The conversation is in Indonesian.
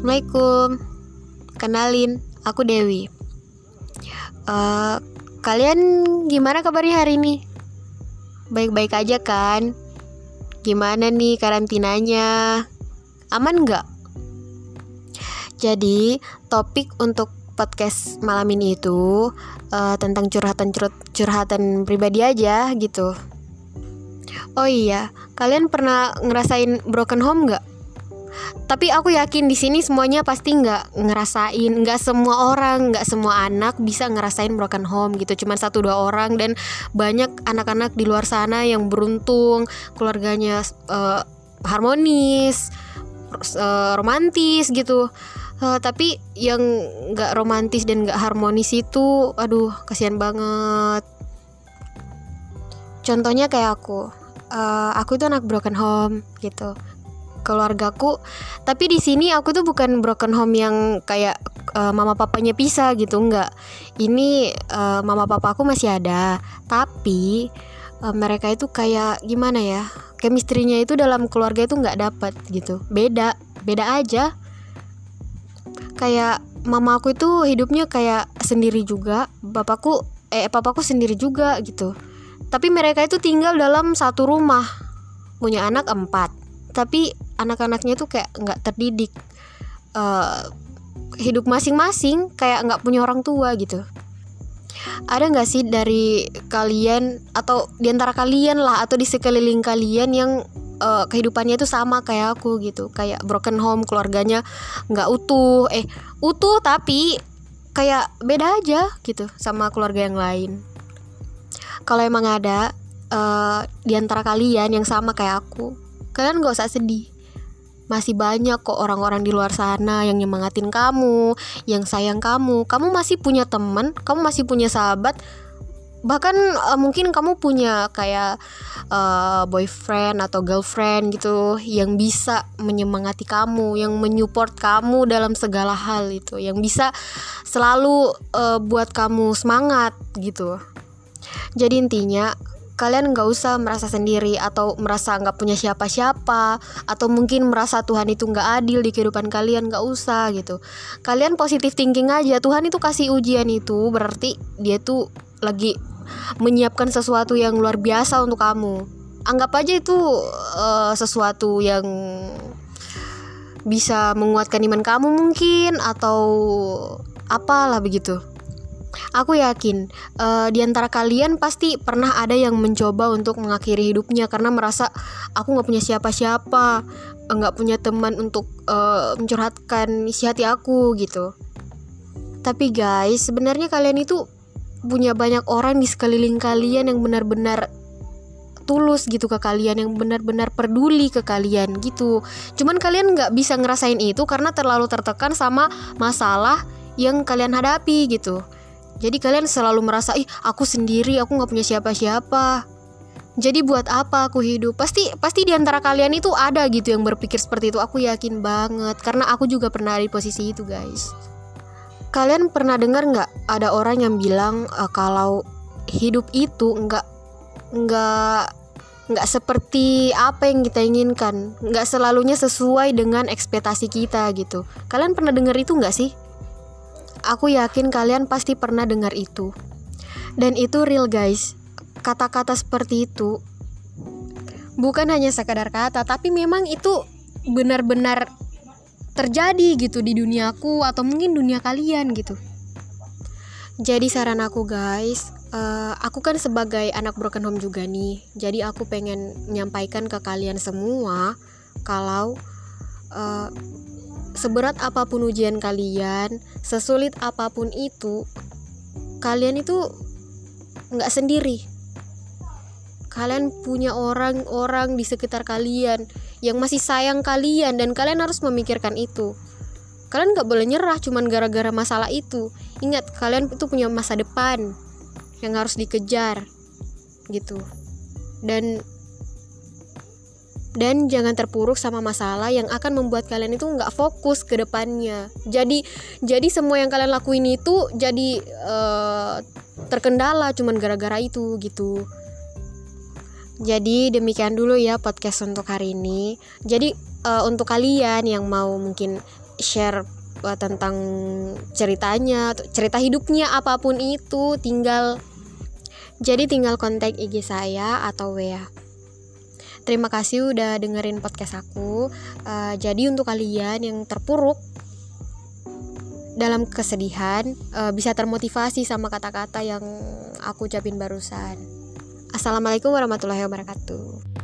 Assalamualaikum. Kenalin, aku Dewi. Kalian gimana kabarnya hari ini? Baik-baik aja kan? Gimana nih karantinanya? Aman gak? Jadi, topik untuk podcast malam ini itu tentang curhatan pribadi aja gitu. Oh iya, kalian pernah ngerasain broken home gak? Tapi aku yakin di sini semuanya pasti nggak ngerasain, nggak semua orang, nggak semua anak bisa ngerasain broken home gitu. Cuman 1-2 orang, dan banyak anak-anak di luar sana yang beruntung keluarganya harmonis, romantis gitu. Tapi yang nggak romantis dan nggak harmonis itu, aduh kasihan banget. Contohnya kayak aku itu anak broken home gitu. Keluargaku, tapi di sini aku tuh bukan broken home yang kayak mama papanya pisah gitu, enggak. Ini mama papaku masih ada, tapi mereka itu kayak gimana ya, chemistry-nya itu dalam keluarga itu nggak dapat gitu, beda aja. Kayak mama aku itu hidupnya kayak sendiri juga, papaku sendiri juga gitu. Tapi mereka itu tinggal dalam satu rumah, punya anak 4. Tapi anak-anaknya tuh kayak nggak terdidik, hidup masing-masing, kayak nggak punya orang tua gitu. Ada nggak sih dari kalian atau diantara kalian lah, atau di sekeliling kalian yang kehidupannya itu sama kayak aku gitu, kayak broken home, keluarganya nggak utuh tapi kayak beda aja gitu sama keluarga yang lain. Kalau emang ada diantara kalian yang sama kayak aku, kalian gak usah sedih. Masih banyak kok orang-orang di luar sana yang nyemangatin kamu, yang sayang kamu. Kamu masih punya teman, kamu masih punya sahabat. Bahkan mungkin kamu punya kayak boyfriend atau girlfriend gitu, yang bisa menyemangati kamu, yang menyupport kamu dalam segala hal itu, yang bisa selalu buat kamu semangat gitu. Jadi intinya, kalian gak usah merasa sendiri atau merasa gak punya siapa-siapa, atau mungkin merasa Tuhan itu gak adil di kehidupan kalian. Gak usah gitu. Kalian positive thinking aja. Tuhan itu kasih ujian itu berarti dia tuh lagi menyiapkan sesuatu yang luar biasa untuk kamu. Anggap aja itu sesuatu yang bisa menguatkan iman kamu mungkin, atau apalah begitu. Aku yakin di antara kalian pasti pernah ada yang mencoba untuk mengakhiri hidupnya karena merasa aku gak punya siapa-siapa, gak punya teman untuk mencurhatkan isi hati aku gitu. Tapi guys, sebenarnya kalian itu punya banyak orang di sekeliling kalian yang benar-benar tulus gitu ke kalian, yang benar-benar peduli ke kalian gitu. Cuman kalian gak bisa ngerasain itu karena terlalu tertekan sama masalah yang kalian hadapi gitu. Jadi kalian selalu merasa, aku sendiri, aku gak punya siapa-siapa. Jadi buat apa aku hidup? Pasti di antara kalian itu ada gitu yang berpikir seperti itu. Aku yakin banget, karena aku juga pernah di posisi itu guys. Kalian pernah dengar gak ada orang yang bilang kalau hidup itu nggak seperti apa yang kita inginkan, nggak selalunya sesuai dengan ekspektasi kita gitu. Kalian pernah dengar itu gak sih? Aku yakin kalian pasti pernah dengar itu. Dan itu real guys. Kata-kata seperti itu bukan hanya sekadar kata, tapi memang itu benar-benar terjadi gitu di duniaku, atau mungkin dunia kalian gitu. Jadi saran aku guys, aku kan sebagai anak broken home juga nih. Jadi aku pengen menyampaikan ke kalian semua kalau seberat apapun ujian kalian, sesulit apapun itu, kalian itu gak sendiri. Kalian punya orang-orang di sekitar kalian yang masih sayang kalian, dan kalian harus memikirkan itu. Kalian gak boleh nyerah cuman gara-gara masalah itu. Ingat, kalian itu punya masa depan yang harus dikejar gitu. Dan jangan terpuruk sama masalah yang akan membuat kalian itu gak fokus ke depannya. Jadi semua yang kalian lakuin itu jadi terkendala cuman gara-gara itu gitu. Jadi demikian dulu ya podcast untuk hari ini. Jadi untuk kalian yang mau mungkin share tentang ceritanya, cerita hidupnya, apapun itu, tinggal kontak IG saya atau WA. Terima kasih udah dengerin podcast aku. Jadi untuk kalian yang terpuruk dalam kesedihan, bisa termotivasi sama kata-kata yang aku ucapin barusan. Assalamualaikum warahmatullahi wabarakatuh.